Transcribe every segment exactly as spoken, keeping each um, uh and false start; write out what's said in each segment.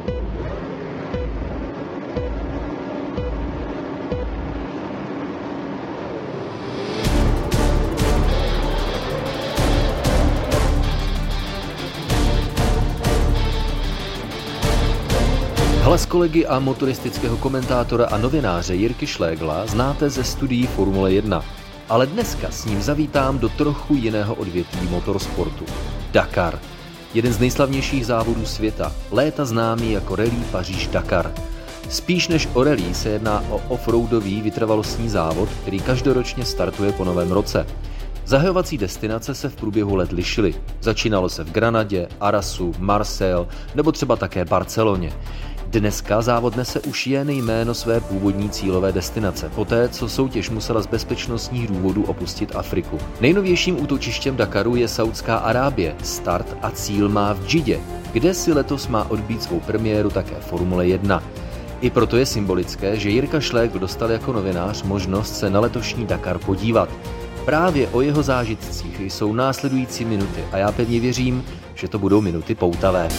Hlas kolegy a motoristického komentátora a novináře Jirky Šlégla znáte ze studií Formule jedna. Ale dneska s ním zavítám do trochu jiného odvětví motorsportu. Dakar. Jeden z nejslavnějších závodů světa, léta známý jako Rallye Paříž-Dakar. Spíš než o rallye se jedná o offroadový vytrvalostní závod, který každoročně startuje po novém roce. Zahajovací destinace se v průběhu let lišily. Začínalo se v Granadě, Arasu, Marseille nebo třeba také Barceloně. Dneska závod nese už jen jméno své původní cílové destinace, poté co soutěž musela z bezpečnostních důvodů opustit Afriku. Nejnovějším útočištěm Dakaru je Saudská Arábie. Start a cíl má v Džidě, kde si letos má odbít svou premiéru také Formule jedna. I proto je symbolické, že Jirka Šlégl dostal jako novinář možnost se na letošní Dakar podívat. Právě o jeho zážitcích jsou následující minuty a já pevně věřím, že to budou minuty poutavé.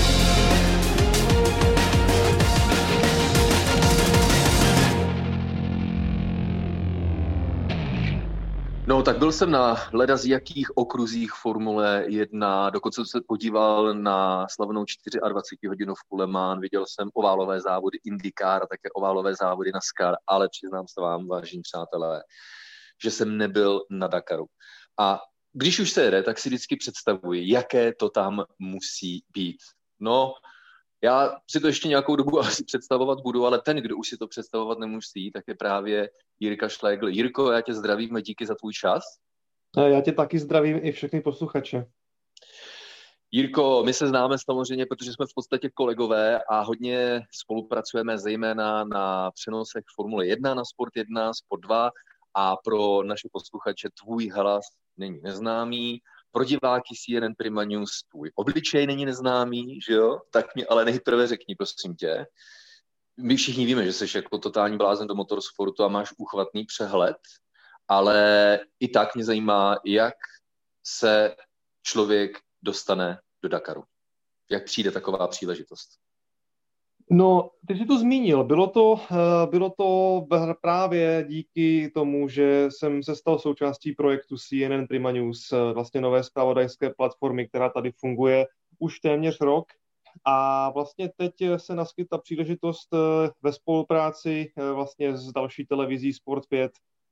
No, tak byl jsem na leda z jakých okruzích Formule jedna, dokonce jsem se podíval na slavnou dvacetčtyřhodinovku Le Mans, viděl jsem oválové závody IndyCar a také oválové závody NASCAR, ale přiznám se vám, vážení přátelé, že jsem nebyl na Dakaru. A když už se jede, tak si vždycky představuji, jaké to tam musí být. No, já si to ještě nějakou dobu asi představovat budu, ale ten, kdo už si to představovat nemusí, tak je právě Jirka Šlégl. Jirko, já tě zdravím a díky za tvůj čas. Já tě taky zdravím i všechny posluchače. Jirko, my se známe samozřejmě, protože jsme v podstatě kolegové a hodně spolupracujeme zejména na přenosech Formule jedna, na Sport jedna, Sport dva a pro naše posluchače tvůj hlas není neznámý. Pro diváky C N N Prima News tvůj obličej není neznámý, že jo? Tak mi ale nejprve řekni, prosím tě. My všichni víme, že jsi jako totální blázen do motorsportu a máš úchvatný přehled, ale i tak mě zajímá, jak se člověk dostane do Dakaru. Jak přijde taková příležitost? No, ty jsi to zmínil. Bylo to, bylo to právě díky tomu, že jsem se stal součástí projektu C N N Prima News, vlastně nové zpravodajské platformy, která tady funguje už téměř rok. A vlastně teď se naskytla příležitost ve spolupráci vlastně s další televizí Sport pět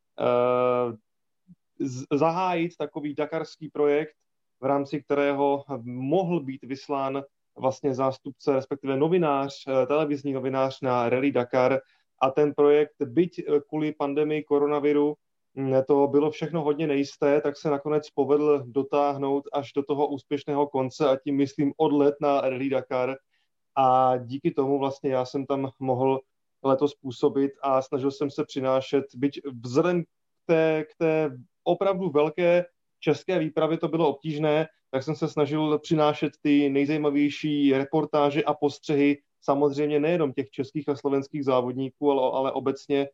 zahájit takový dakarský projekt, v rámci kterého mohl být vyslán vlastně zástupce, respektive novinář, televizní novinář na Rallye Dakar a ten projekt, byť kvůli pandemii koronaviru, to bylo všechno hodně nejisté, tak se nakonec povedl dotáhnout až do toho úspěšného konce a tím myslím odlet na Rallye Dakar a díky tomu vlastně já jsem tam mohl letos působit a snažil jsem se přinášet, byť vzhledem k té, k té opravdu velké české výpravy to bylo obtížné, tak jsem se snažil přinášet ty nejzajímavější reportáže a postřehy, samozřejmě nejenom těch českých a slovenských závodníků, ale, ale obecně e,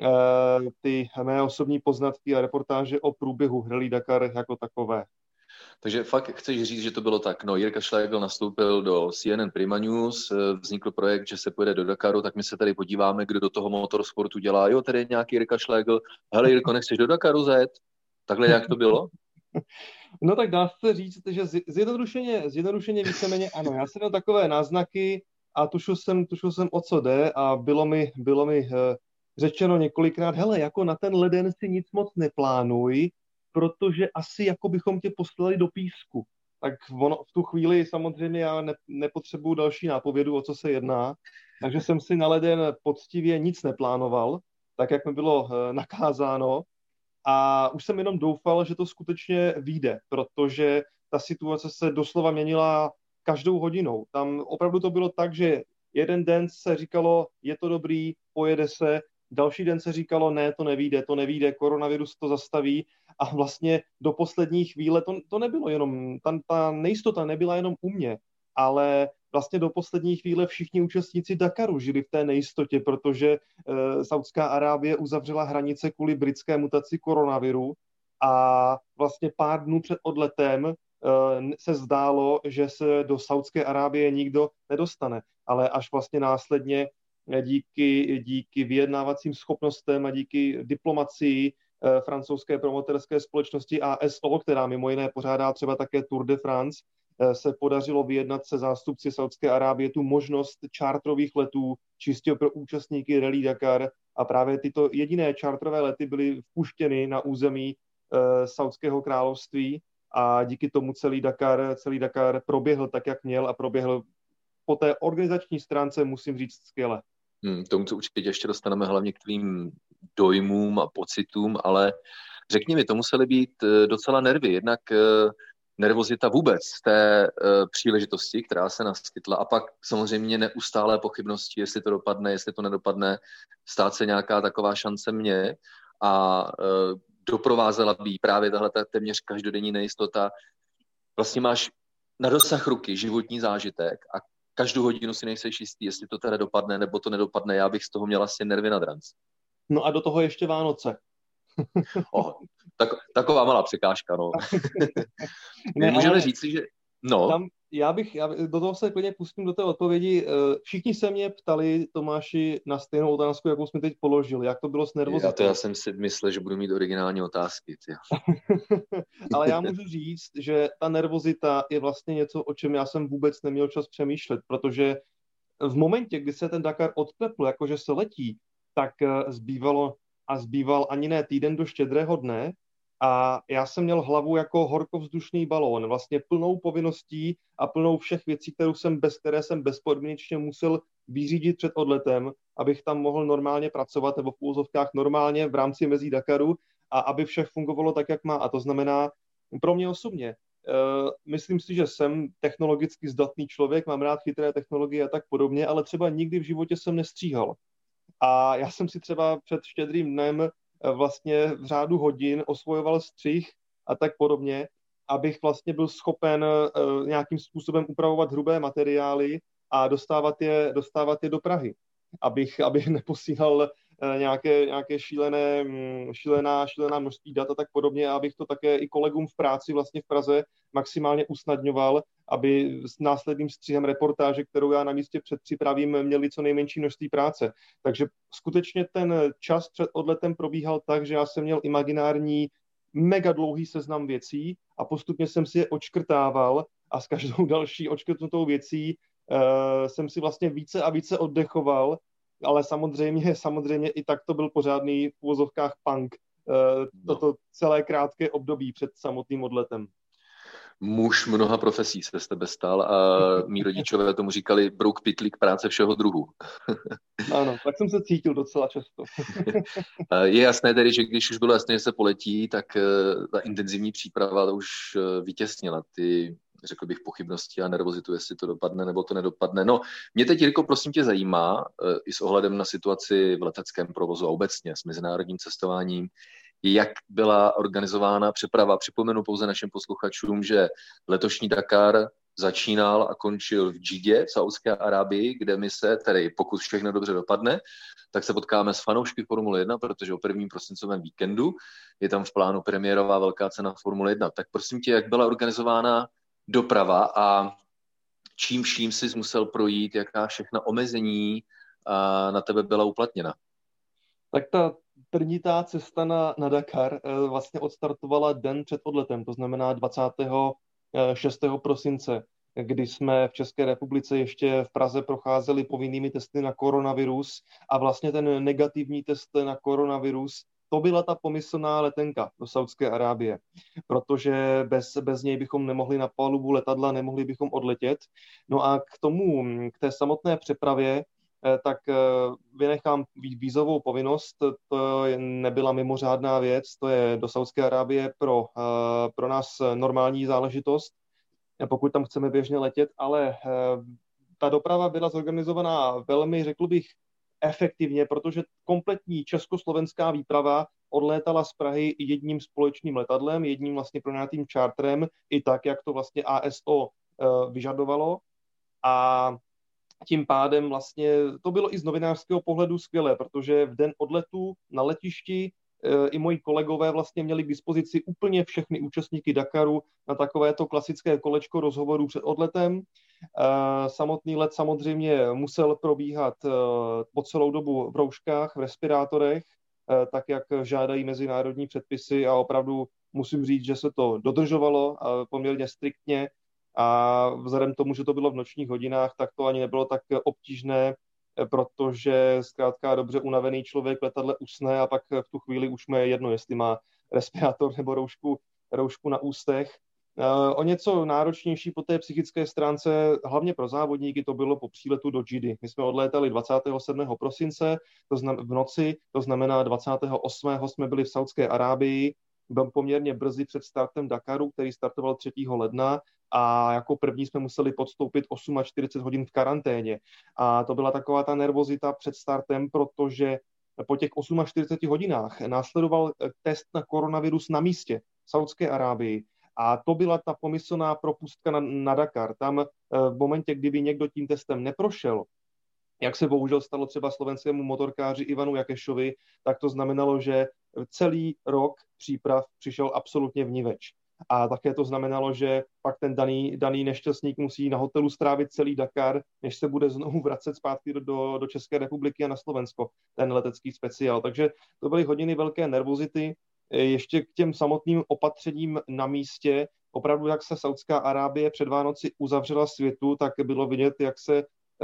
ty mé osobní poznatky a reportáže o průběhu Rallye Dakar jako takové. Takže fakt chceš říct, že to bylo tak, no Jirka Šlégl nastoupil do C N N Prima News, vznikl projekt, že se pojede do Dakaru, tak my se tady podíváme, kdo do toho motorsportu dělá. Jo, tady je nějaký Jirka Šlégl, hele Jirko, nechceš do Dakaru zajet? Takhle jak to bylo? No tak dá se říct, že zjednodušeně, zjednodušeně víceméně ano. Já jsem měl takové náznaky a tušil jsem, tušil jsem o co jde a bylo mi, bylo mi řečeno několikrát, hele, jako na ten leden si nic moc neplánuj, protože asi jako bychom tě poslali do písku. Tak ono, v tu chvíli samozřejmě já ne, nepotřebuju další nápovědu, o co se jedná, takže jsem si na leden poctivě nic neplánoval, tak jak mi bylo nakázáno. A už jsem jenom doufal, že to skutečně vyjde, protože ta situace se doslova měnila každou hodinou. Tam opravdu to bylo tak, že jeden den se říkalo, je to dobrý, pojede se, další den se říkalo, ne, to nevyjde, to nevyjde, koronavirus to zastaví a vlastně do poslední chvíle to, to nebylo jenom, ta, ta nejistota nebyla jenom u mě, ale vlastně do poslední chvíle všichni účastníci Dakaru žili v té nejistotě, protože e, Saudská Arábie uzavřela hranice kvůli britské mutaci koronaviru a vlastně pár dnů před odletem se zdálo, že se do Saudské Arábie nikdo nedostane, ale až vlastně následně díky, díky vyjednávacím schopnostem a díky diplomacii francouzské promoterské společnosti A S O, která mimo jiné pořádá třeba také Tour de France, se podařilo vyjednat se zástupci Saudské Arábie tu možnost čártrových letů čistě pro účastníky Rallye Dakar a právě tyto jediné čártrové lety byly vpuštěny na území uh, Saudského království a díky tomu celý Dakar, celý Dakar proběhl tak, jak měl a proběhl po té organizační stránce, musím říct, skvěle. Hmm, tomu se určitě ještě dostaneme hlavně k tvým dojmům a pocitům, ale řekni mi, to musely být docela nervy, jednak nervozita vůbec z té uh, příležitosti, která se naskytla a pak samozřejmě neustálé pochybnosti, jestli to dopadne, jestli to nedopadne, stát se nějaká taková šance mě a uh, doprovázela by právě tahle téměř každodenní nejistota. Vlastně máš na dosah ruky životní zážitek a každou hodinu si nejseš jistý, jestli to teda dopadne nebo to nedopadne. Já bych z toho měl asi nervy na dranc. No a do toho ještě Vánoce. Oh, tak, taková malá překážka, no. Ne, můžeme ale... říct si, že... No. Tam já bych, já, do toho se klidně pustím do té odpovědi. Všichni se mě ptali, Tomáši, na stejnou otázku, jakou jsme teď položili. Jak to bylo s nervozitou? Já to já jsem si myslel, že budu mít originální otázky. Ale já můžu říct, že ta nervozita je vlastně něco, o čem já jsem vůbec neměl čas přemýšlet, protože v momentě, kdy se ten Dakar odpepl, jakože se letí, tak zbývalo a zbýval ani ne týden do Štědrého dne a já jsem měl hlavu jako horkovzdušný balón, vlastně plnou povinností a plnou všech věcí, kterou jsem bez, které jsem bezpodmínečně musel vyřídit před odletem, abych tam mohl normálně pracovat nebo v úvozovkách normálně v rámci mezí Dakaru a aby vše fungovalo tak, jak má. A to znamená pro mě osobně, uh, myslím si, že jsem technologicky zdatný člověk, mám rád chytré technologie a tak podobně, ale třeba nikdy v životě jsem nestříhal. A já jsem si třeba před Štědrým dnem vlastně v řádu hodin osvojoval střih a tak podobně, abych vlastně byl schopen uh, nějakým způsobem upravovat hrubé materiály a dostávat je, dostávat je do Prahy. Abych, abych neposílal uh, nějaké, nějaké šílené, um, šílená, šílená množství dat a tak podobně, a abych to také i kolegům v práci vlastně v Praze maximálně usnadňoval, aby s následným střihem reportáže, kterou já na místě předpřipravím, měli co nejmenší množství práce. Takže skutečně ten čas před odletem probíhal tak, že já jsem měl imaginární mega dlouhý seznam věcí a postupně jsem si je odškrtával a s každou další odškrtnutou věcí uh, jsem si vlastně více a více oddechoval, ale samozřejmě, samozřejmě i tak to byl pořádný v uvozovkách punk, uh, toto celé krátké období před samotným odletem. Muž mnoha profesí se z tebe stal a mý rodičové tomu říkali brouk pytlík práce všeho druhu. Ano, tak jsem se cítil docela často. Je jasné tedy, že když už bylo jasné, že se poletí, tak ta intenzivní příprava už vytěsnila ty, řekl bych, pochybnosti a nervozitu, jestli to dopadne nebo to nedopadne. No, mě teď, Jirko, prosím tě zajímá, i s ohledem na situaci v leteckém provozu a obecně s mezinárodním cestováním, jak byla organizována přeprava. Připomenu pouze našim posluchačům, že letošní Dakar začínal a končil v Džidě v Saúdské Arábii, kde my se, tedy pokud všechno dobře dopadne, tak se potkáme s fanoušky Formule jedna, protože o prvním prosincovém víkendu je tam v plánu premiérová velká cena Formule jedna. Tak prosím tě, jak byla organizována doprava a čím vším jsi musel projít, jaká všechna omezení na tebe byla uplatněna? Tak ta trnitá cesta na, na Dakar vlastně odstartovala den před odletem, to znamená dvacátého šestého prosince, kdy jsme v České republice ještě v Praze procházeli povinnými testy na koronavirus a vlastně ten negativní test na koronavirus, to byla ta pomyslná letenka do Saúdské Arábie, protože bez, bez něj bychom nemohli na palubu letadla, nemohli bychom odletět. No a k tomu, k té samotné přepravě, tak vynechám vízovou povinnost, to nebyla mimořádná věc, to je do Saúdské Arábie pro, pro nás normální záležitost, pokud tam chceme běžně letět, ale ta doprava byla zorganizovaná velmi, řekl bych, efektivně, protože kompletní československá výprava odlétala z Prahy jedním společným letadlem, jedním vlastně pronajatým čártrem, i tak, jak to vlastně A S O vyžadovalo. A tím pádem vlastně to bylo i z novinářského pohledu skvělé, protože v den odletu na letišti i moji kolegové vlastně měli k dispozici úplně všechny účastníky Dakaru na takovéto klasické kolečko rozhovorů před odletem. Samotný let samozřejmě musel probíhat po celou dobu v rouškách, v respirátorech, tak jak žádají mezinárodní předpisy a opravdu musím říct, že se to dodržovalo poměrně striktně a vzhledem k tomu, že to bylo v nočních hodinách, tak to ani nebylo tak obtížné, protože zkrátka dobře unavený člověk v letadle usne a pak v tu chvíli už mu je jedno, jestli má respirátor nebo roušku, roušku na ústech. O něco náročnější po té psychické stránce, hlavně pro závodníky, to bylo po příletu do Džiddy. My jsme odlétali dvacátého sedmého prosince, to znamená v noci, to znamená dvacátého osmého jsme byli v Saudské Arábii, byl poměrně brzy před startem Dakaru, který startoval třetího ledna a jako první jsme museli podstoupit čtyřicet osm hodin v karanténě. A to byla taková ta nervozita před startem, protože po těch čtyřiceti osmi hodinách následoval test na koronavirus na místě v Saudské Arábii. A to byla ta pomyslná propustka na, na Dakar. Tam v momentě, kdyby někdo tím testem neprošel, jak se bohužel stalo třeba slovenskému motorkáři Ivanu Jakešovi, tak to znamenalo, že celý rok příprav přišel absolutně vniveč. A také to znamenalo, že pak ten daný, daný nešťastník musí na hotelu strávit celý Dakar, než se bude znovu vracet zpátky do, do, do České republiky a na Slovensko, ten letecký speciál. Takže to byly hodiny velké nervozity. Ještě k těm samotným opatřením na místě, opravdu jak se Saudská Arábie před Vánoci uzavřela světu, tak bylo vidět, jak se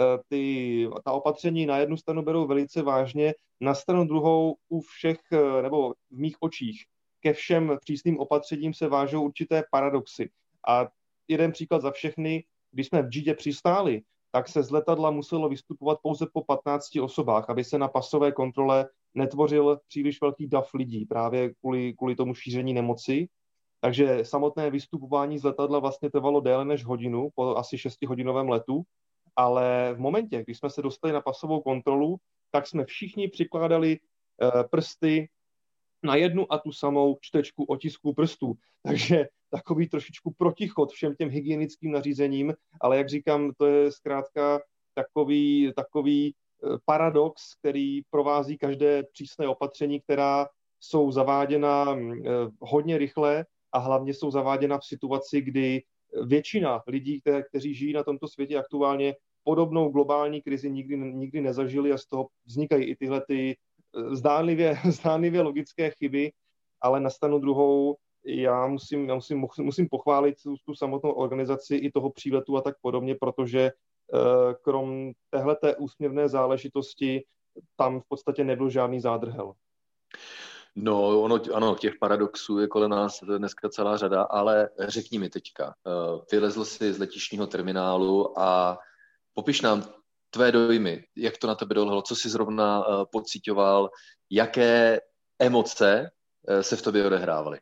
ty, ta opatření na jednu stranu berou velice vážně, na stranu druhou u všech, nebo v mých očích, ke všem přísným opatřením se vážou určité paradoxy. A jeden příklad za všechny, když jsme v Džidě přistáli, tak se z letadla muselo vystupovat pouze po patnácti osobách, aby se na pasové kontrole netvořil příliš velký dav lidí, právě kvůli, kvůli tomu šíření nemoci. Takže samotné vystupování z letadla vlastně trvalo déle než hodinu, po asi šestihodinovém letu, ale v momentě, když jsme se dostali na pasovou kontrolu, tak jsme všichni přikládali prsty na jednu a tu samou čtečku otisků prstů. Takže takový trošičku protichod všem těm hygienickým nařízením, ale jak říkám, to je zkrátka takový, takový paradox, který provází každé přísné opatření, která jsou zaváděna hodně rychle a hlavně jsou zaváděna v situaci, kdy většina lidí, které, kteří žijí na tomto světě aktuálně, podobnou globální krizi nikdy, nikdy nezažili a z toho vznikají i tyhle ty zdánlivě, zdánlivě logické chyby, ale na stranu druhou já musím, já musím, musím pochválit tu, tu samotnou organizaci i toho příletu a tak podobně, protože krom téhleté úsměvné záležitosti tam v podstatě nebyl žádný zádrhel. No, ono, ano, těch paradoxů je kolem nás dneska celá řada, ale řekni mi teďka, vylezl jsi z letišního terminálu a popiš nám tvé dojmy, jak to na tebe dolehlo, co jsi zrovna pociťoval, jaké emoce se v tobě odehrávaly.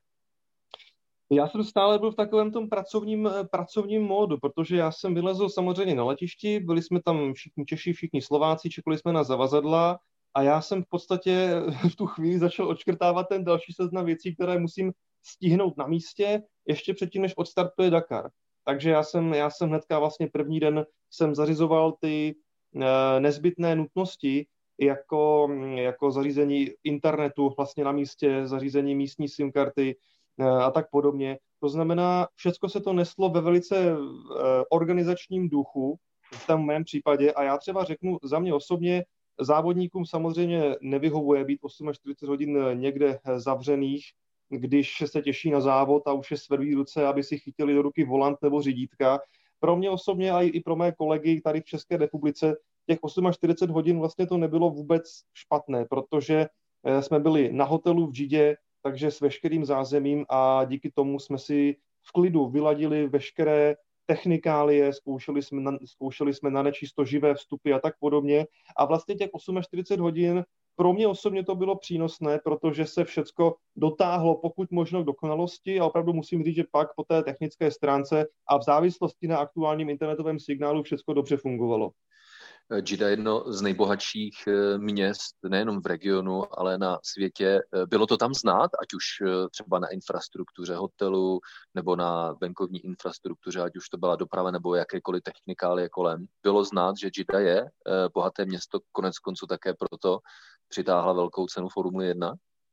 Já jsem stále byl v takovém tom pracovním, pracovním módu, protože já jsem vylezl samozřejmě na letišti, byli jsme tam všichni Češi, všichni Slováci, čekali jsme na zavazadla a já jsem v podstatě v tu chvíli začal odškrtávat ten další seznam věcí, které musím stihnout na místě, ještě předtím, než odstartuje Dakar. Takže já jsem, já jsem hnedka vlastně první den jsem zařizoval ty nezbytné nutnosti, jako, jako zařízení internetu vlastně na místě, zařízení místní SIM karty a tak podobně. To znamená, všecko se to neslo ve velice organizačním duchu v tom mém případě a já třeba řeknu za mě osobně, závodníkům samozřejmě nevyhovuje být čtyřicet osm hodin někde zavřených, když se těší na závod a už je svedví ruce, aby si chytili do ruky volant nebo řídítka. Pro mě osobně a i pro mé kolegy tady v České republice těch čtyřicet osm hodin vlastně to nebylo vůbec špatné, protože jsme byli na hotelu v Džidě, takže s veškerým zázemím a díky tomu jsme si v klidu vyladili veškeré technikálie, zkoušeli jsme na, zkoušeli jsme na nečisto živé vstupy a tak podobně. A vlastně těch čtyřicet osm hodin pro mě osobně to bylo přínosné, protože se všecko dotáhlo pokud možno k dokonalosti a opravdu musím říct, že pak po té technické stránce a v závislosti na aktuálním internetovém signálu všecko dobře fungovalo. Džidda je jedno z nejbohatších měst, nejenom v regionu, ale na světě. Bylo to tam znát, ať už třeba na infrastruktuře hotelu, nebo na venkovní infrastruktuře, ať už to byla doprava, nebo jakékoliv technikálie kolem. Bylo znát, že Džidda je bohaté město, konec konců také proto přitáhla velkou cenu Formule jedna?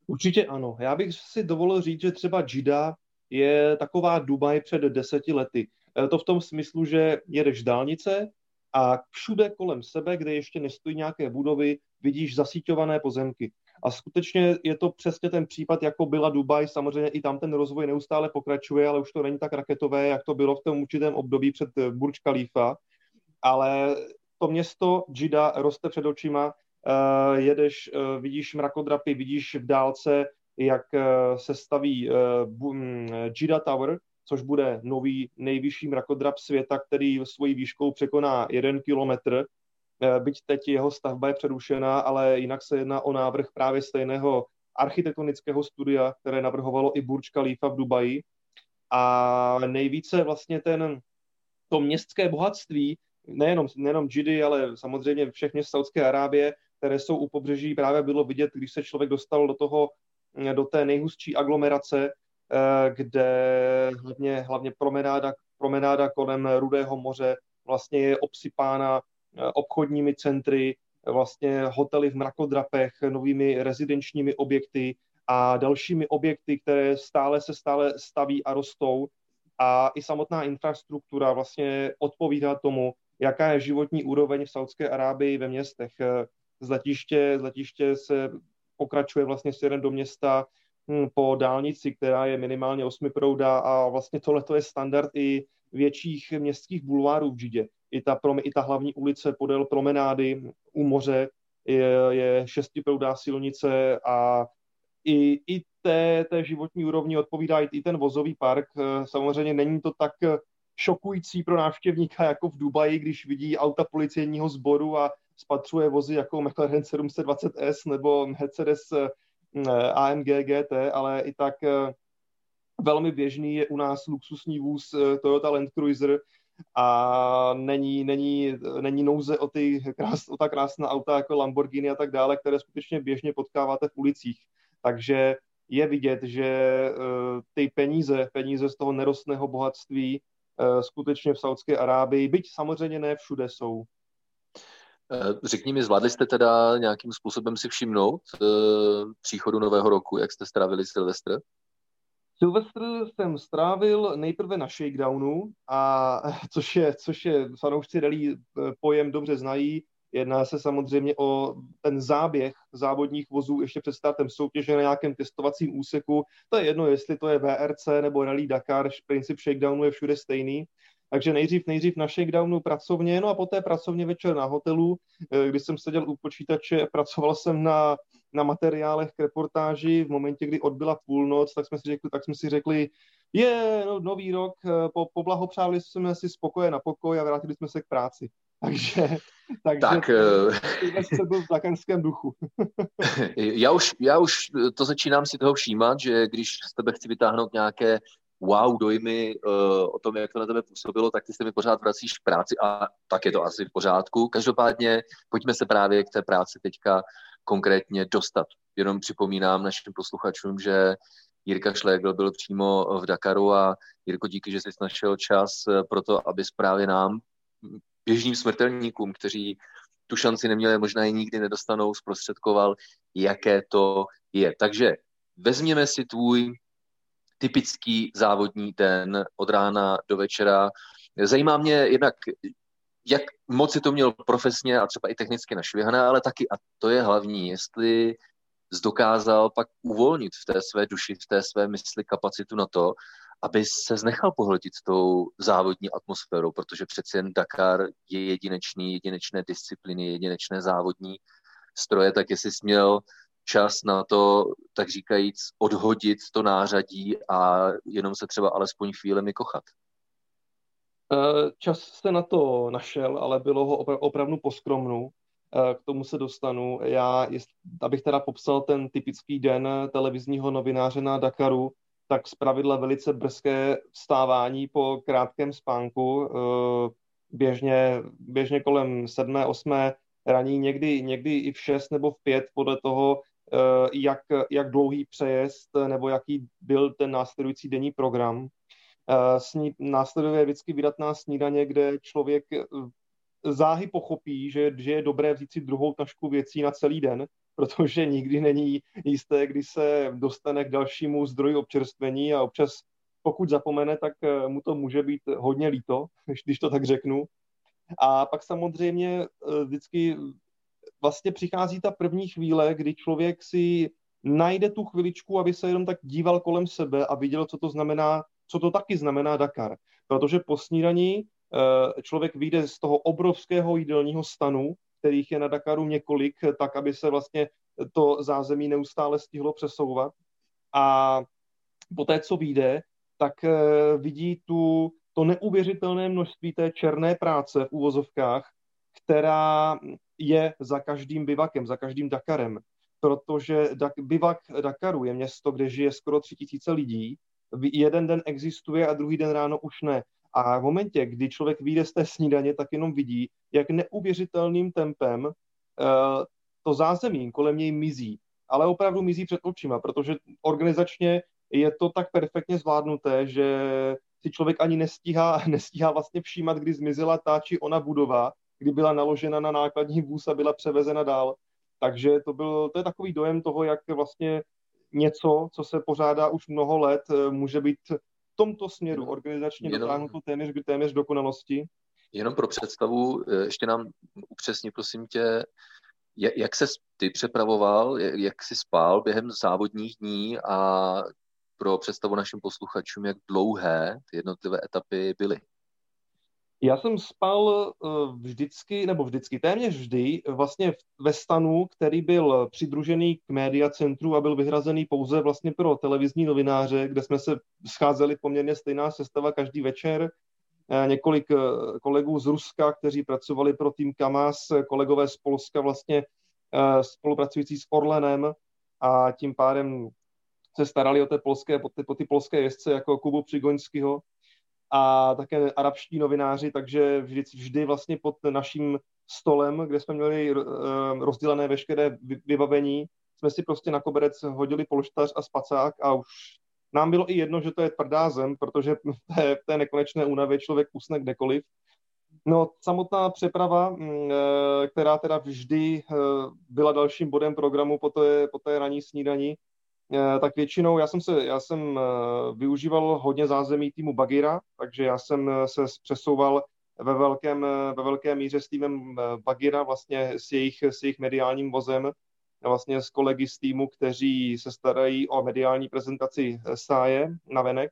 Určitě ano. Já bych si dovolil říct, že třeba Jeddah je taková Dubaj před deseti lety. E, To v tom smyslu, že jedeš dálnice a všude kolem sebe, kde ještě nestojí nějaké budovy, vidíš zasíťované pozemky. A skutečně je to přesně ten případ, jako byla Dubaj. Samozřejmě i tam ten rozvoj neustále pokračuje, ale už to není tak raketové, jak to bylo v tom určitém období před Burj Khalifa. Ale to město Jeddah roste před očima, uh, jedeš, uh, vidíš mrakodrapy, vidíš v dálce, jak uh, se staví uh, Jeddah Tower, což bude nový nejvyšší mrakodrap světa, který svojí výškou překoná jeden kilometr. Uh, byť teď jeho stavba je přerušená, ale jinak se jedná o návrh právě stejného architektonického studia, které navrhovalo i Burj Khalifa v Dubaji. A nejvíce vlastně ten, to městské bohatství, nejenom, nejenom Jeddy, ale samozřejmě všech měst Saudské Arábie, které jsou u pobřeží, právě bylo vidět, když se člověk dostal do toho, do té nejhustší aglomerace, kde hlavně, hlavně promenáda, promenáda kolem Rudého moře vlastně je obsypána obchodními centry, vlastně hotely v mrakodrapech, novými rezidenčními objekty a dalšími objekty, které stále se stále staví a rostou. A i samotná infrastruktura vlastně odpovídá tomu, jaká je životní úroveň v Saudské Arábii ve městech. Z letiště, z letiště se pokračuje vlastně směrem do města po dálnici, která je minimálně osmiproudá a vlastně tohle je standard i větších městských bulvárů v Jiddě. I ta, I ta hlavní ulice podél promenády u moře je, je šestiproudá silnice a i, i té, té životní úrovni odpovídá i ten vozový park. Samozřejmě není to tak šokující pro návštěvníka jako v Dubaji, když vidí auta policejního sboru a spatřuje vozy jako McLaren sedm set dvacet S nebo Mercedes A M G G T, ale i tak velmi běžný je u nás luxusní vůz Toyota Land Cruiser a není, není, není nouze o, ty krás, o ta krásná auta jako Lamborghini a tak dále, které skutečně běžně potkáváte v ulicích. Takže je vidět, že ty peníze, peníze z toho nerostného bohatství skutečně v Saudské Arábii, byť samozřejmě ne všude jsou. Řekni mi, zvládli jste teda nějakým způsobem si všimnout příchodu nového roku, jak jste strávili Silvestr? Silvestr jsem strávil nejprve na shakedownu, a což je, což je fanoušci rally pojem dobře znají. Jedná se samozřejmě o ten záběh závodních vozů ještě před startem soutěže na nějakém testovacím úseku. To je jedno, jestli to je V R C nebo Rally Dakar, princip shakedownu je všude stejný. Takže nejdřív, nejdřív na shakedownu pracovně, no a poté pracovně večer na hotelu, kdy jsem seděl u počítače, pracoval jsem na, na materiálech k reportáži. V momentě, kdy odbyla půlnoc, tak jsme si řekli, tak jsme si řekli je, no, nový rok, po, poblahopřáli jsme si spokoje na pokoj a vrátili jsme se k práci. Takže, takže tak, to byl v dakarském duchu. já, už, já už to začínám si toho všímat, že když z tebe chci vytáhnout nějaké wow dojmy uh, o tom, jak to na tebe působilo, tak ty se mi pořád vracíš k práci a tak je to asi v pořádku. Každopádně pojďme se právě k té práci teďka konkrétně dostat. Jenom připomínám našim posluchačům, že Jirka Šlégl byl přímo v Dakaru a Jirko, díky, že jsi našel čas pro to, abys právě nám, běžným smrtelníkům, kteří tu šanci neměli, možná ji nikdy nedostanou, zprostředkoval, jaké to je. Takže vezměme si tvůj typický závodní den od rána do večera. Zajímá mě jednak, jak moc si to měl profesně a třeba i technicky našvihané, ale taky, a to je hlavní, jestli jsi dokázal pak uvolnit v té své duši, v té své mysli kapacitu na to, aby se nechal pohltit tou závodní atmosférou, protože přeci jen Dakar je jedinečný, jedinečné disciplíny, jedinečné závodní stroje, tak jestli jsi měl čas na to, tak říkajíc, odhodit to nářadí a jenom se třeba alespoň chvílemi kochat? Čas se na to našel, ale bylo ho opravdu poskromnu. K tomu se dostanu. Já, abych teda popsal ten typický den televizního novináře na Dakaru, tak zpravidla velice brzké vstávání po krátkém spánku, běžně, běžně kolem sedmé, osmé raní, někdy, někdy i v šest nebo v pět, podle toho, jak, jak dlouhý přejezd nebo jaký byl ten následující denní program. Sní, následuje vždycky vydatná snídaně, kde člověk záhy pochopí, že, že je dobré vzít si druhou tašku věcí na celý den, protože nikdy není jisté, kdy se dostane k dalšímu zdroji občerstvení a občas, pokud zapomene, tak mu to může být hodně líto, když to tak řeknu. A pak samozřejmě vždycky vlastně přichází ta první chvíle, kdy člověk si najde tu chviličku, aby se jenom tak díval kolem sebe a viděl, co to znamená, co to taky znamená Dakar. Protože po snídani člověk vyjde z toho obrovského jídelního stanu, kterých je na Dakaru několik, tak, aby se vlastně to zázemí neustále stihlo přesouvat. A poté, co vyjde, tak vidí tu, to neuvěřitelné množství té černé práce v uvozovkách, která je za každým bivakem, za každým Dakarem. Protože bivak Dakaru je město, kde žije skoro tři tisíce lidí. Jeden den existuje a druhý den ráno už ne. A v momentě, kdy člověk vyjde z té snídaně, tak jenom vidí, jak neuvěřitelným tempem uh, to zázemí kolem něj mizí. Ale opravdu mizí před očima, protože organizačně je to tak perfektně zvládnuté, že si člověk ani nestíhá, nestíhá vlastně všímat, kdy zmizela ta či ona budova, kdy byla naložena na nákladní vůz a byla převezena dál. Takže to, byl, to je takový dojem toho, jak vlastně něco, co se pořádá už mnoho let, může být v tomto směru organizačně dotáhnuto téměř k téměř dokonalosti. Jenom pro představu, ještě nám upřesni, prosím tě, jak se ty přepravoval, jak jsi spal během závodních dní a pro představu našim posluchačům, jak dlouhé ty jednotlivé etapy byly. Já jsem spal vždycky, nebo vždycky, téměř vždy, vlastně ve stanu, který byl přidružený k média centru a byl vyhrazený pouze vlastně pro televizní novináře, kde jsme se scházeli poměrně stejná sestava každý večer. Několik kolegů z Ruska, kteří pracovali pro tým Kamaz, kolegové z Polska vlastně spolupracující s Orlenem a tím pádem se starali o té polské, po ty, po ty polské jezdce jako Kubu Přigoňského a také arabští novináři, takže vždy, vždy vlastně pod naším stolem, kde jsme měli rozdělené veškeré vybavení, jsme si prostě na koberec hodili polštař a spacák a už nám bylo i jedno, že to je tvrdá zem, protože v té, v té nekonečné únavě člověk usne kdekoliv. No, samotná přeprava, která teda vždy byla dalším bodem programu po té, po té ranní snídani, tak většinou já jsem, se, já jsem využíval hodně zázemí týmu Bagira, takže já jsem se přesouval ve velkém, ve velké míře s týmem Bagira, vlastně s jejich, s jejich mediálním vozem, vlastně s kolegy z týmu, kteří se starají o mediální prezentaci sáje navenek.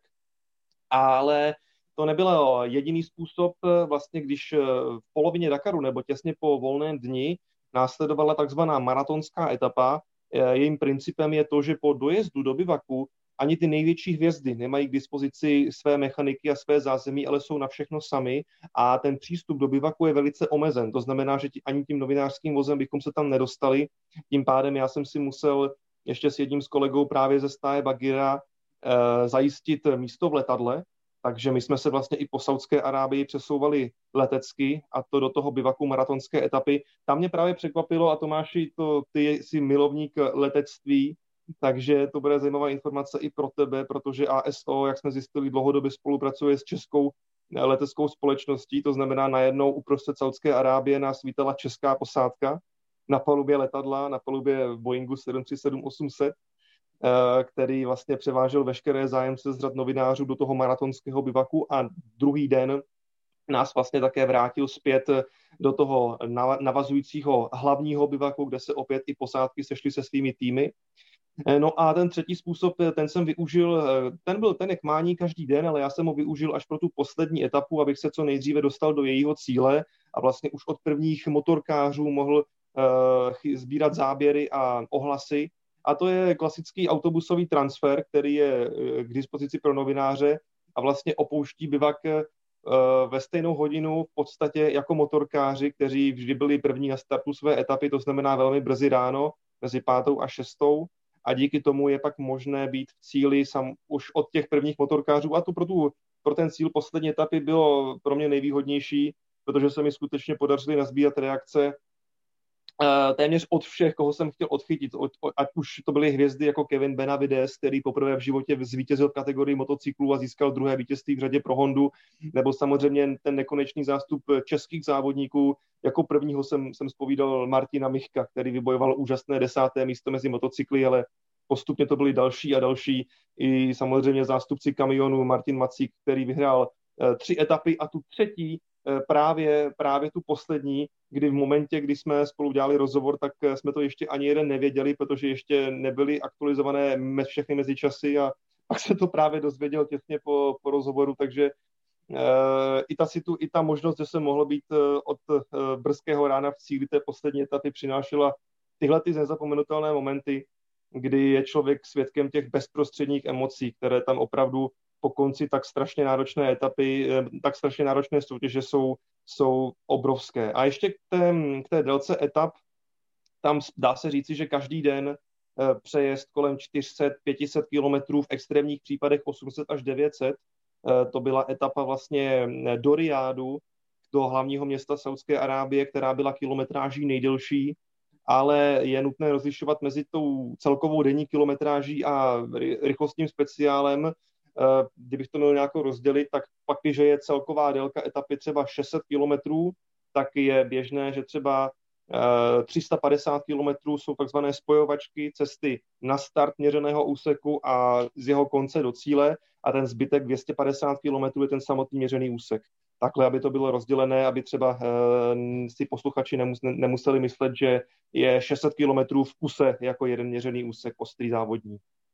Ale to nebyl jediný způsob, vlastně když v polovině Dakaru nebo těsně po volném dni následovala takzvaná maratonská etapa. Jejím principem je to, že po dojezdu do bivaku ani ty největší hvězdy nemají k dispozici své mechaniky a své zázemí, ale jsou na všechno sami a ten přístup do bivaku je velice omezen. To znamená, že ani tím novinářským vozem bychom se tam nedostali. Tím pádem já jsem si musel ještě s jedním z kolegou právě ze stáje Bagira eh, zajistit místo v letadle, takže my jsme se vlastně i po Saudské Arábii přesouvali letecky a to do toho bivaku maratonské etapy. Tam mě právě překvapilo, a Tomáši, to, ty jsi milovník letectví, takže to bude zajímavá informace i pro tebe, protože A S O, jak jsme zjistili, dlouhodobě spolupracuje s českou leteckou společností, to znamená najednou uprostřed Saudské Arábie nás vítala česká posádka na palubě letadla, na palubě Boeingu sedm tři sedm osm set, který vlastně převážel veškeré zájemce z řad novinářů do toho maratonského bivaku a druhý den nás vlastně také vrátil zpět do toho navazujícího hlavního bivaku, kde se opět i posádky sešly se svými týmy. No a ten třetí způsob, ten jsem využil, ten byl ten, jak mání každý den, ale já jsem ho využil až pro tu poslední etapu, abych se co nejdříve dostal do jejího cíle a vlastně už od prvních motorkářů mohl uh, sbírat záběry a ohlasy. A to je klasický autobusový transfer, který je k dispozici pro novináře a vlastně opouští bivak ve stejnou hodinu v podstatě jako motorkáři, kteří vždy byli první na startu své etapy, to znamená velmi brzy ráno, mezi pátou a šestou. A díky tomu je pak možné být v cíli sam, už od těch prvních motorkářů. A to pro, tu, pro ten cíl poslední etapy bylo pro mě nejvýhodnější, protože se mi skutečně podařily nazbírat reakce téměř od všech, koho jsem chtěl odchytit, od, ať už to byly hvězdy jako Kevin Benavides, který poprvé v životě zvítězil v kategorii motocyklů a získal druhé vítězství v řadě pro Hondu, nebo samozřejmě ten nekonečný zástup českých závodníků. Jako prvního jsem, jsem zpovídal Martina Michka, který vybojoval úžasné desáté místo mezi motocykly, ale postupně to byli další a další. I samozřejmě zástupci kamionu Martin Macík, který vyhrál tři etapy a tu třetí Právě, právě tu poslední, kdy v momentě, kdy jsme spolu dělali rozhovor, tak jsme to ještě ani jeden nevěděli, protože ještě nebyly aktualizované všechny mezičasy a pak se to právě dozvěděl těsně po, po rozhovoru, takže e, i, ta situ, i ta možnost, že se mohlo být od e, brzkého rána v cíli té poslední etapy přinášela tyhle ty nezapomenutelné momenty, kdy je člověk svědkem těch bezprostředních emocí, které tam opravdu po konci tak strašně náročné etapy, tak strašně náročné soutěže jsou, jsou obrovské. A ještě k té, k té délce etap, tam dá se říci, že každý den přejezd kolem čtyři sta pět set kilometrů, v extrémních případech osm set až devět set. To byla etapa vlastně do Rijádu, do hlavního města Saúdské Arábie, která byla kilometráží nejdelší, ale je nutné rozlišovat mezi tou celkovou denní kilometráží a rychlostním speciálem. Kdybych to měl nějak rozdělit, tak pak, když je celková délka etapy třeba šest set kilometrů, tak je běžné, že třeba tři sta padesát kilometrů jsou takzvané spojovačky, cesty na start měřeného úseku a z jeho konce do cíle, a ten zbytek dvě stě padesát kilometrů je ten samotný měřený úsek. Takhle, aby to bylo rozdělené, aby třeba si posluchači nemuseli myslet, že je šest set kilometrů v kuse jako jeden měřený úsek ostrý závodní.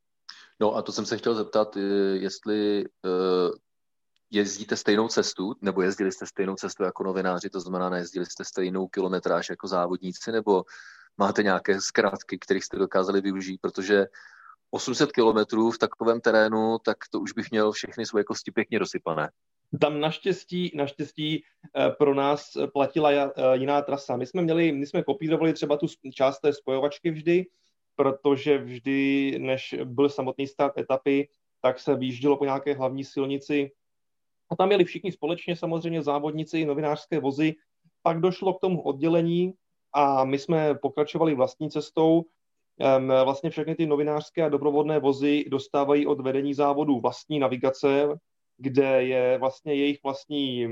No a to jsem se chtěl zeptat, jestli uh, jezdíte stejnou cestu, nebo jezdili jste stejnou cestu jako novináři, to znamená, nejezdili jste stejnou kilometráž jako závodníci, nebo máte nějaké zkratky, kterých jste dokázali využít, protože osm set kilometrů v takovém terénu, tak to už bych měl všechny svoje kosti pěkně rozsypané. Tam naštěstí, naštěstí pro nás platila jiná trasa. My jsme měli, my jsme kopírovali třeba tu část té spojovačky vždy, protože vždy, než byl samotný start etapy, tak se vyjíždělo po nějaké hlavní silnici a tam měli všichni společně, samozřejmě závodníci i novinářské vozy. Pak došlo k tomu oddělení a my jsme pokračovali vlastní cestou. Vlastně všechny ty novinářské a doprovodné vozy dostávají od vedení závodu vlastní navigace, kde je vlastně jejich vlastní,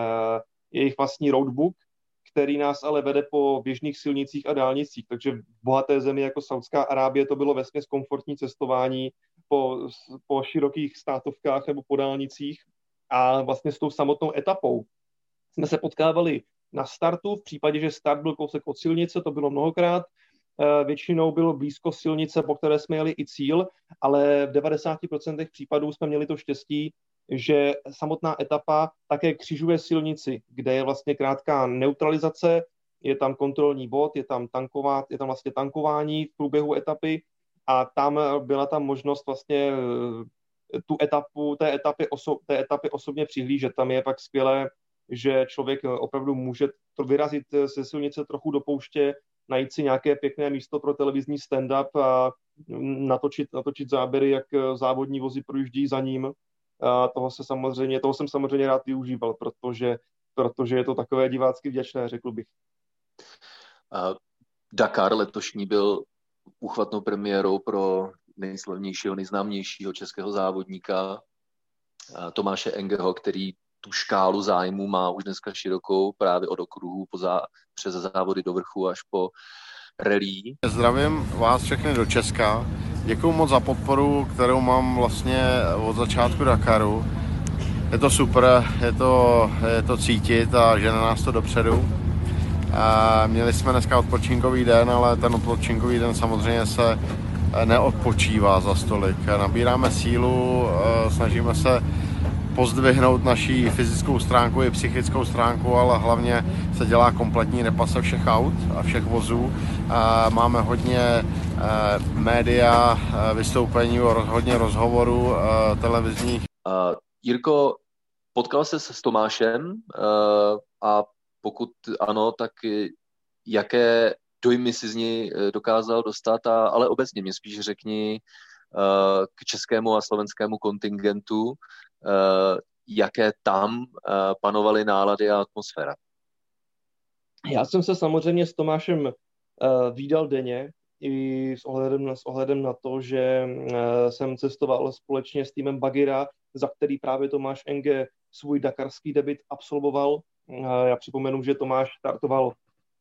jejich vlastní roadbook, který nás ale vede po běžných silnicích a dálnicích. Takže v bohaté zemi jako Saúdská Arábie to bylo vesměs komfortní cestování po, po širokých státovkách nebo po dálnicích. A vlastně s tou samotnou etapou jsme se potkávali na startu, v případě, že start byl kousek od silnice, to bylo mnohokrát. Většinou bylo blízko silnice, po které jsme jeli i cíl, ale v devadesát procent případů jsme měli to štěstí, že samotná etapa také křižuje silnici, kde je vlastně krátká neutralizace, je tam kontrolní bod, je tam tankovat, je tam vlastně tankování v průběhu etapy a tam byla tam možnost vlastně tu etapu, té etapy, oso, té etapy osobně přihlížet. Tam je pak skvělé, že člověk opravdu může to vyrazit ze silnice trochu do pouště, najít si nějaké pěkné místo pro televizní stand-up a natočit, natočit záběry, jak závodní vozy projíždí za ním. A toho, se samozřejmě, toho jsem samozřejmě rád využíval, protože, protože je to takové divácky vděčné, řekl bych. Uh, Dakar letošní byl úchvatnou premiérou pro nejslavnějšího, nejznámějšího českého závodníka uh, Tomáše Engeho, který tu škálu zájmu má už dneska širokou, právě od okruhů po zá, přes závody do vrchu až po rally. Zdravím vás všechny do Česka. Děkuju moc za podporu, kterou mám vlastně od začátku Dakaru. Je to super, je to, je to cítit a žene nás to dopředu. A měli jsme dneska odpočinkový den, ale ten odpočinkový den samozřejmě se neodpočívá za stolik. Nabíráme sílu, snažíme se pozdvihnout naší fyzickou stránku i psychickou stránku, ale hlavně se dělá kompletní repase všech aut a všech vozů. Máme hodně média, vystoupení, hodně rozhovorů televizních. Uh, Jirko, potkal jsi se s Tomášem uh, a pokud ano, tak jaké dojmy si z něj dokázal dostat, a, ale obecně mě spíš řekni uh, k českému a slovenskému kontingentu, uh, jaké tam uh, panovaly nálady a atmosféra. Já jsem se samozřejmě s Tomášem vídal denně, i s ohledem, s ohledem na to, že jsem cestoval společně s týmem Bagira, za který právě Tomáš Enge svůj dakarský debut absolvoval. Já připomenu, že Tomáš startoval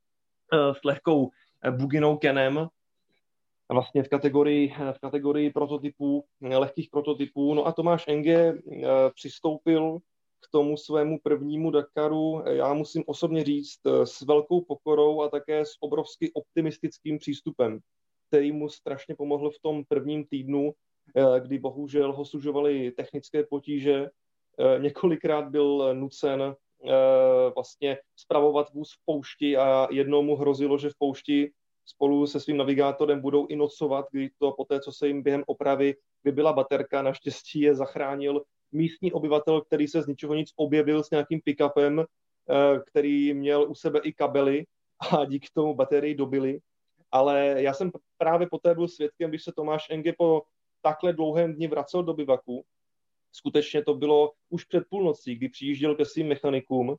s lehkou Buginou Kenem, vlastně v kategorii, v kategorii prototypů, lehkých prototypů. No a Tomáš Enge přistoupil k tomu svému prvnímu Dakaru, já musím osobně říct, s velkou pokorou a také s obrovsky optimistickým přístupem, který mu strašně pomohl v tom prvním týdnu, kdy bohužel ho sužovaly technické potíže. Několikrát byl nucen vlastně spravovat vůz v poušti a jednou mu hrozilo, že v poušti spolu se svým navigátorem budou i nocovat, kdy to poté, co se jim během opravy vybila baterka, naštěstí je zachránil místní obyvatel, který se z ničeho nic objevil s nějakým pick-upem, který měl u sebe i kabely a díky tomu baterii dobili. Ale já jsem právě poté byl svědkem, když se Tomáš Enge po takhle dlouhém dni vracel do bivaku. Skutečně to bylo už před půlnocí, kdy přijížděl ke svým mechanikům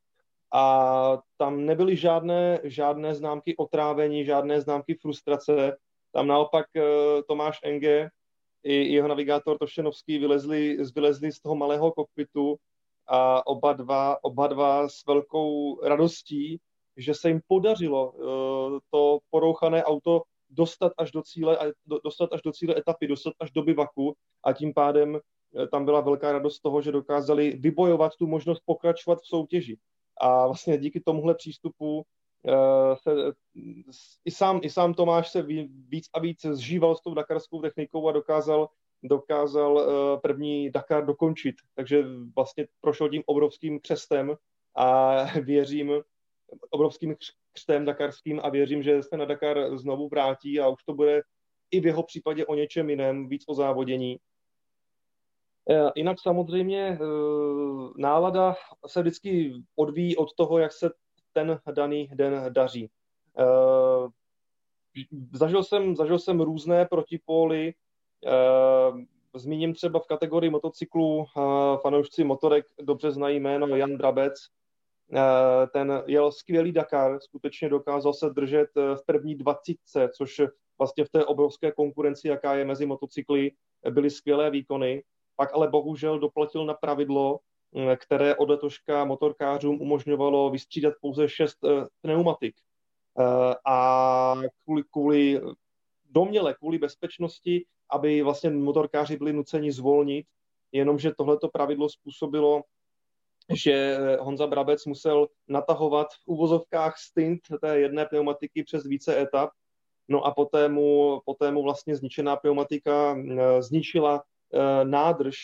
a tam nebyly žádné, žádné známky otrávení, žádné známky frustrace. Tam naopak Tomáš Enge i jeho navigátor Tošenovský vylezli, vylezli z toho malého kokpitu a oba dva, oba dva s velkou radostí, že se jim podařilo uh, to porouchané auto dostat až do cíle, dostat až do cíle etapy, dostat až do bivaku a tím pádem uh, tam byla velká radost z toho, že dokázali vybojovat tu možnost pokračovat v soutěži. A vlastně díky tomuhle přístupu Uh, se, i, sám, i sám Tomáš se víc a víc zžíval s tou dakarskou technikou a dokázal, dokázal uh, první Dakar dokončit. Takže vlastně prošel tím obrovským křestem a věřím, obrovským křestem dakarským a věřím, že se na Dakar znovu vrátí a už to bude i v jeho případě o něčem jiném, víc o závodění. Uh, jinak samozřejmě uh, nálada se vždycky odvíjí od toho, jak se ten daný den daří. Uh, zažil, jsem, zažil jsem různé protipóly, uh, zmíním třeba v kategorii motocyklů, uh, fanoušci motorek dobře znají jméno Jan Brabec, uh, ten jel skvělý Dakar, skutečně dokázal se držet v první dvacítce, což vlastně v té obrovské konkurenci, jaká je mezi motocykly, byly skvělé výkony, pak ale bohužel doplatil na pravidlo, které od letoška motorkářům umožňovalo vystřídat pouze šest uh, pneumatik. Uh, a kvůli, kvůli domněle, kvůli bezpečnosti, aby vlastně motorkáři byli nuceni zvolnit, jenomže tohleto pravidlo způsobilo, že Honza Brabec musel natahovat v uvozovkách stint té jedné pneumatiky přes více etap, no a poté mu, poté mu vlastně zničená pneumatika uh, zničila uh, nádrž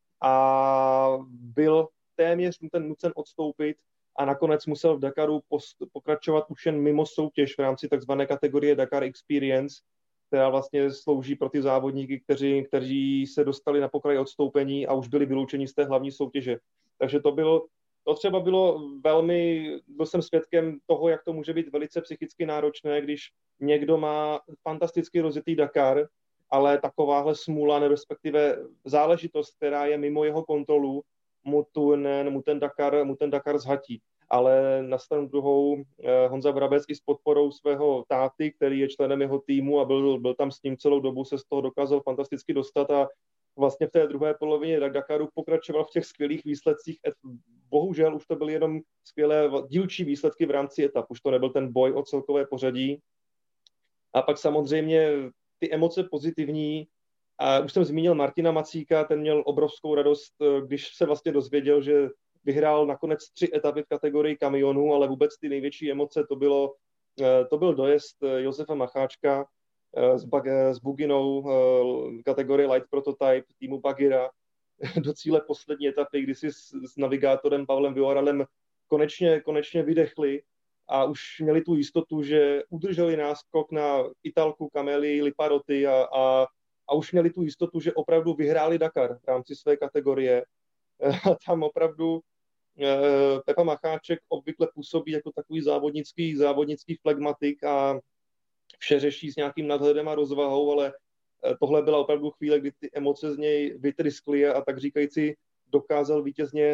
a byl téměř ten nucen odstoupit a nakonec musel v Dakaru post, pokračovat už jen mimo soutěž v rámci takzvané kategorie Dakar Experience, která vlastně slouží pro ty závodníky, kteří, kteří se dostali na pokraj odstoupení a už byli vyloučeni z té hlavní soutěže. Takže to bylo, to třeba bylo velmi, byl jsem svědkem toho, jak to může být velice psychicky náročné, když někdo má fantasticky rozjetý Dakar, ale takováhle smůla, respektive záležitost, která je mimo jeho kontrolu, mu, tu, ne, mu, ten, Dakar, mu ten Dakar zhatí. Ale na stranu druhou eh, Honza Brabec i s podporou svého táty, který je členem jeho týmu a byl, byl tam s ním celou dobu, se z toho dokázal fantasticky dostat a vlastně v té druhé polovině Dakaru pokračoval v těch skvělých výsledcích. Bohužel už to byly jenom skvělé dílčí výsledky v rámci etap, už to nebyl ten boj o celkové pořadí. A pak samozřejmě ty emoce pozitivní, a už jsem zmínil Martina Macíka, ten měl obrovskou radost, když se vlastně dozvěděl, že vyhrál nakonec tři etapy v kategorii kamionů, ale vůbec ty největší emoce to bylo, to byl dojezd Josefa Macháčka s, bag, s Buginou kategorie Light Prototype týmu Bagira do cíle poslední etapy, kdy si s, s navigátorem Pavlem Vioralem konečně, konečně vydechli a už měli tu jistotu, že udrželi náskok na Italku, Cameli, Liparoty a, a, a už měli tu jistotu, že opravdu vyhráli Dakar v rámci své kategorie. A tam opravdu eh, Pepa Macháček obvykle působí jako takový závodnický, závodnický flegmatik a vše řeší s nějakým nadhledem a rozvahou, ale eh, tohle byla opravdu chvíle, kdy ty emoce z něj vytryskly a tak říkající dokázal vítězně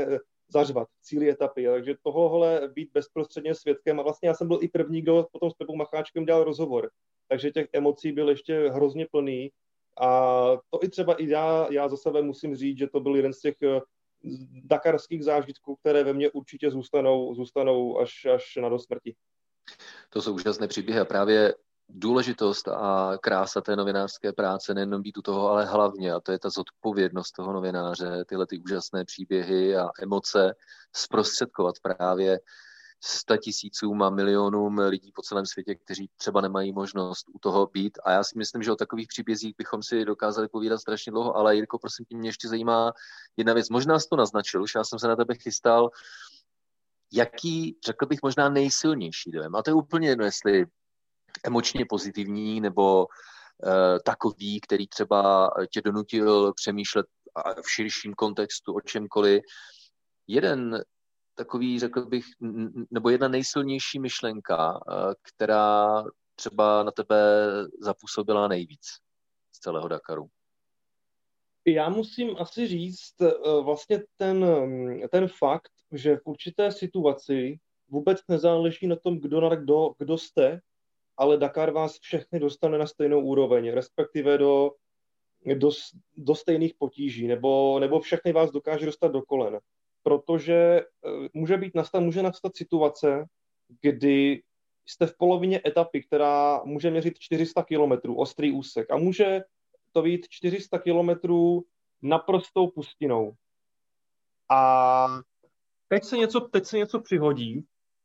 zařvat v cíli etapy. Takže tohohle být bezprostředně svědkem. A vlastně já jsem byl i první, kdo potom s Pepou Macháčkem dělal rozhovor. Takže těch emocí byl ještě hrozně plný. A to i třeba i já, já za sebe musím říct, že to byl jeden z těch dakarských zážitků, které ve mně určitě zůstanou, zůstanou až, až na dosmrti. To jsou úžasné příběhy a právě důležitost a krása té novinářské práce nejenom být u toho, ale hlavně, a to je ta zodpovědnost toho novináře, tyhle ty úžasné příběhy a emoce zprostředkovat právě statisícům a milionům lidí po celém světě, kteří třeba nemají možnost u toho být. A já si myslím, že o takových příbězích bychom si dokázali povídat strašně dlouho, ale Jirko, prosím tě, mě ještě zajímá jedna věc. Možná jsi to naznačil, už já jsem se na tebe chystal. Jaký, řekl bych, možná nejsilnější dojem? A to je úplně jedno, jestli emočně pozitivní nebo uh, takový, který třeba tě donutil přemýšlet v širším kontextu o čemkoliv. Jeden takový, řekl bych, nebo jedna nejsilnější myšlenka, která třeba na tebe zapůsobila nejvíc z celého Dakaru? Já musím asi říct vlastně ten, ten fakt, že v určité situaci vůbec nezáleží na tom, kdo, kdo, kdo jste, ale Dakar vás všechny dostane na stejnou úroveň, respektive do, do, do stejných potíží, nebo, nebo všechny vás dokáže dostat do kolen. Protože může, být nastat, může nastat situace, kdy jste v polovině etapy, která může měřit čtyři sta kilometrů, ostrý úsek, a může to být čtyři sta kilometrů naprostou pustinou. A teď se něco, teď se něco přihodí,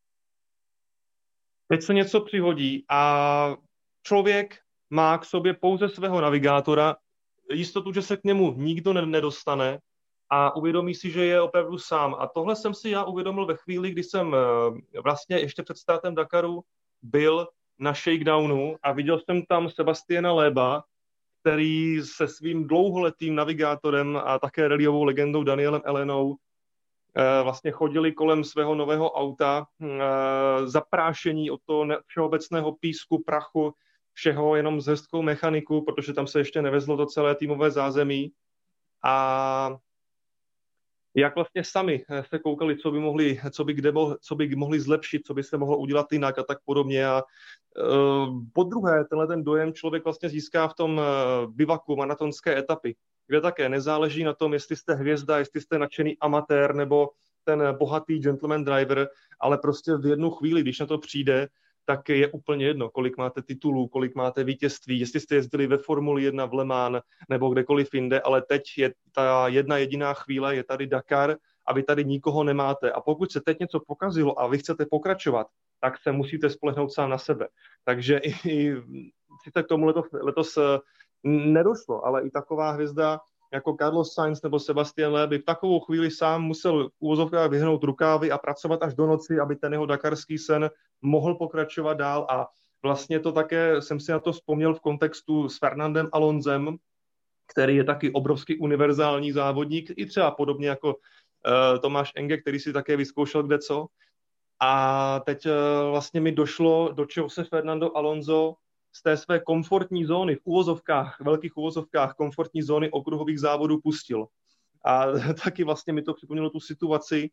teď se něco přihodí a člověk má k sobě pouze svého navigátora, jistotu, že se k němu nikdo nedostane, a uvědomí si, že je opravdu sám. A tohle jsem si já uvědomil ve chvíli, kdy jsem vlastně ještě před startem Dakaru byl na shakedownu a viděl jsem tam Sebastiana Loeba, který se svým dlouholetým navigátorem a také rallyovou legendou Danielem Ellenou vlastně chodili kolem svého nového auta, zaprášení od toho všeobecného písku, prachu, všeho jenom s hrstkou mechaniku, protože tam se ještě nevezlo to celé týmové zázemí. A jak vlastně sami se koukali, co by mohli, co by kde mo, co by mohli zlepšit, co by se mohlo udělat jinak a tak podobně. A uh, po druhé, tenhle ten dojem člověk vlastně získá v tom uh, bivaku maratonské etapy, kde také nezáleží na tom, jestli jste hvězda, jestli jste nadšený amatér nebo ten bohatý gentleman driver, ale prostě v jednu chvíli, když na to přijde, tak je úplně jedno, kolik máte titulů, kolik máte vítězství, jestli jste jezdili ve Formuli jedna v Le Mans nebo kdekoliv jinde, ale teď je ta jedna jediná chvíle, je tady Dakar a vy tady nikoho nemáte. A pokud se teď něco pokazilo a vy chcete pokračovat, tak se musíte spolehnout sám na sebe. Takže i, i sice k tomu letos, letos nedošlo, ale i taková hvězda jako Carlos Sainz nebo Sebastian Loeb by v takovou chvíli sám musel v úvozovkách vyhnout rukávy a pracovat až do noci, aby ten jeho dakarský sen mohl pokračovat dál. A vlastně to také jsem si na to vzpomněl v kontextu s Fernandem Alonsem, který je taky obrovský univerzální závodník, i třeba podobně jako uh, Tomáš Enge, který si také vyzkoušel kdeco. A teď uh, vlastně mi došlo, do čeho se Fernando Alonso z té své komfortní zóny, v uvozovkách, velkých uvozovkách, komfortní zóny okruhových závodů pustil. A taky vlastně mi to připomnělo tu situaci,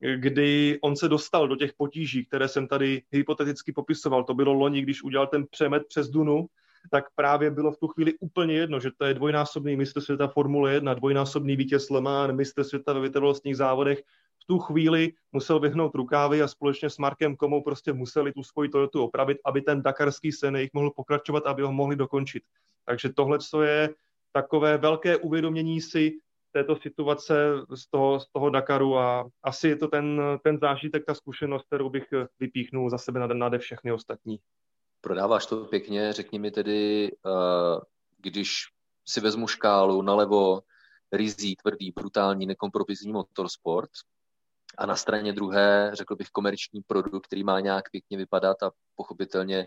kdy on se dostal do těch potíží, které jsem tady hypoteticky popisoval. To bylo loni, když udělal ten přemet přes Dunu, tak právě bylo v tu chvíli úplně jedno, že to je dvojnásobný mistr světa Formule jedna, dvojnásobný vítěz Le Mans, mistr světa ve vytrvalostních závodech. V tu chvíli musel vyhnout rukávy a společně s Markem Komou prostě museli tu svoji Toyotu opravit, aby ten dakarský sen jich mohl pokračovat, aby ho mohli dokončit. Takže tohle je takové velké uvědomění si této situace z toho, z toho Dakaru a asi je to ten, ten zážitek, ta zkušenost, kterou bych vypíchnul za sebe nade všechny ostatní. Prodáváš to pěkně, řekni mi tedy, když si vezmu škálu nalevo ryzí, tvrdý, brutální, nekompromisní motorsport a na straně druhé, řekl bych, komerční produkt, který má nějak pěkně vypadat a pochopitelně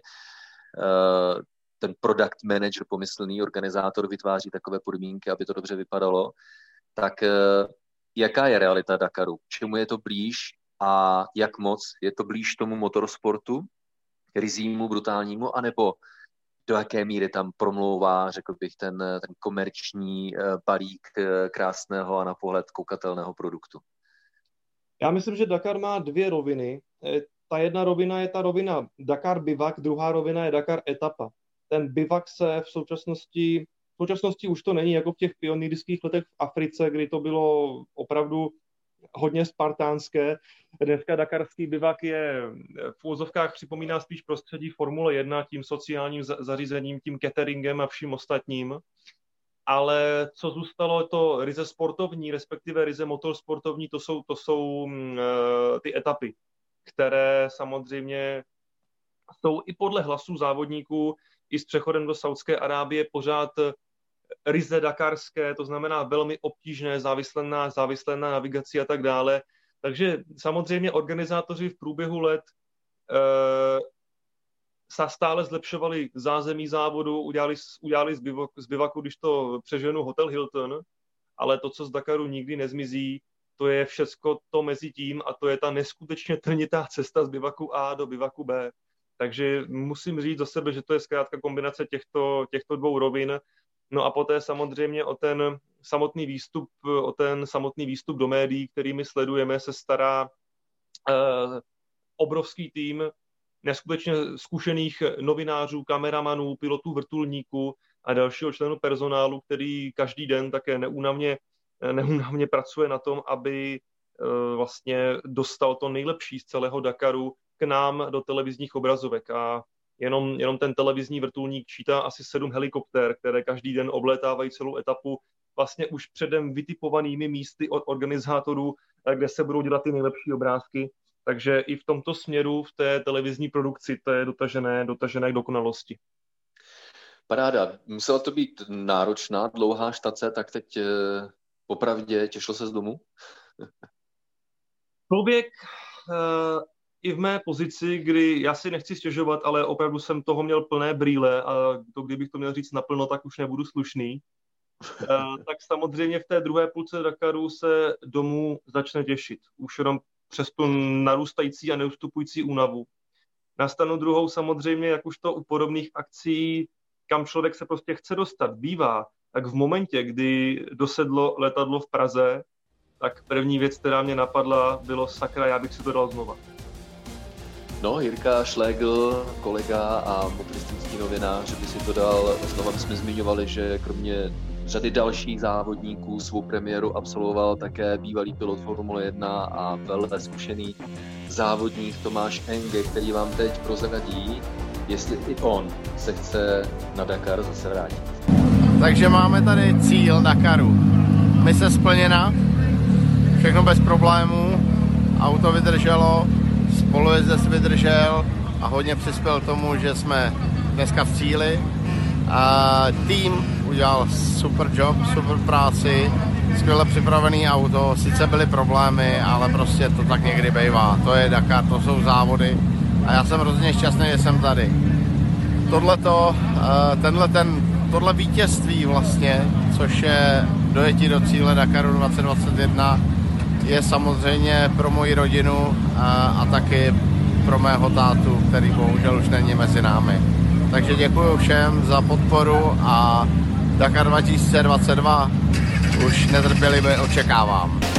ten product manager, pomyslný organizátor vytváří takové podmínky, aby to dobře vypadalo, tak jaká je realita Dakaru? Čemu je to blíž a jak moc je to blíž tomu motorsportu, ryzímu, brutálnímu, anebo do jaké míry tam promlouvá, řekl bych, ten, ten komerční balík krásného a na pohled koukatelného produktu? Já myslím, že Dakar má dvě roviny. Ta jedna rovina je ta rovina Dakar bivak, druhá rovina je Dakar etapa. Ten bivak se v současnosti, v současnosti už to není jako v těch pionýrských letech v Africe, kdy to bylo opravdu hodně spartánské. Dneska dakarský bivak je v úvozovkách připomíná spíš prostředí Formule jedna tím sociálním zařízením, tím cateringem a vším ostatním. Ale co zůstalo, to ryze sportovní, respektive ryze motorsportovní, to jsou, to jsou uh, ty etapy, které samozřejmě jsou i podle hlasů závodníků, i s přechodem do Saudské Arábie pořád ryze dakarské, to znamená velmi obtížné, závislé na, závislé na navigaci a tak dále. Takže samozřejmě organizátoři v průběhu let uh, se stále zlepšovali zázemí závodu, udělali, udělali z, bivaku, z bivaku, když to přeženu, Hotel Hilton, ale to, co z Dakaru nikdy nezmizí, to je všecko to mezi tím a to je ta neskutečně trnitá cesta z bivaku A do bivaku B. Takže musím říct za sebe, že to je zkrátka kombinace těchto, těchto dvou rovin. No a poté samozřejmě o ten samotný výstup, o ten samotný výstup do médií, kterými sledujeme, se stará eh, obrovský tým neskutečně zkušených novinářů, kameramanů, pilotů vrtulníků a dalšího členu personálu, který každý den také neúnavně, neúnavně pracuje na tom, aby vlastně dostal to nejlepší z celého Dakaru k nám do televizních obrazovek. A jenom, jenom ten televizní vrtulník čítá asi sedm helikoptér, které každý den oblétávají celou etapu vlastně už předem vytipovanými místy od organizátorů, kde se budou dělat ty nejlepší obrázky. Takže i v tomto směru, v té televizní produkci, to je dotažené, dotažené k dokonalosti. Paráda. Musela to být náročná, dlouhá štace, tak teď eh, popravdě těšil se z domu? Člověk eh, i v mé pozici, kdy já si nechci stěžovat, ale opravdu jsem toho měl plné brýle a to, kdybych to měl říct naplno, tak už nebudu slušný. eh, tak samozřejmě v té druhé půlce Dakaru se domů začne těšit. Už jenom přes tu narůstající a neustupující únavu. Na stranu druhou samozřejmě, jak už to u podobných akcí, kam člověk se prostě chce dostat, bývá, tak v momentě, kdy dosedlo letadlo v Praze, tak první věc, která mě napadla, bylo sakra, já bych si to dal znova. No, Jirka Šlégl, kolega a motoristický novinář, by si to dal znova. My jsme zmiňovali, že kromě řady dalších závodníků svou premiéru absolvoval také bývalý pilot Formule jedna a velmi zkušený závodník Tomáš Enge, který vám teď prozradí, jestli i on se chce na Dakar zase vrátit. Takže máme tady cíl Dakaru. Mise splněna, všechno bez problémů, auto vydrželo, spolujezdec vydržel a hodně přispěl tomu, že jsme dneska v cíli. A tým udělal super job, super práci, skvěle připravený auto, sice byly problémy, ale prostě to tak někdy bývá. To je Dakar, to jsou závody a já jsem hrozně šťastný, že jsem tady. Tohleto, tenhle ten, tohle vítězství vlastně, což je dojetí do cíle Dakaru dvacet dvacet jedna, je samozřejmě pro moji rodinu a, a taky pro mého tátu, který bohužel už není mezi námi. Takže děkuji všem za podporu a Dakar dva tisíce dvacet dva už netrpělivě očekávám.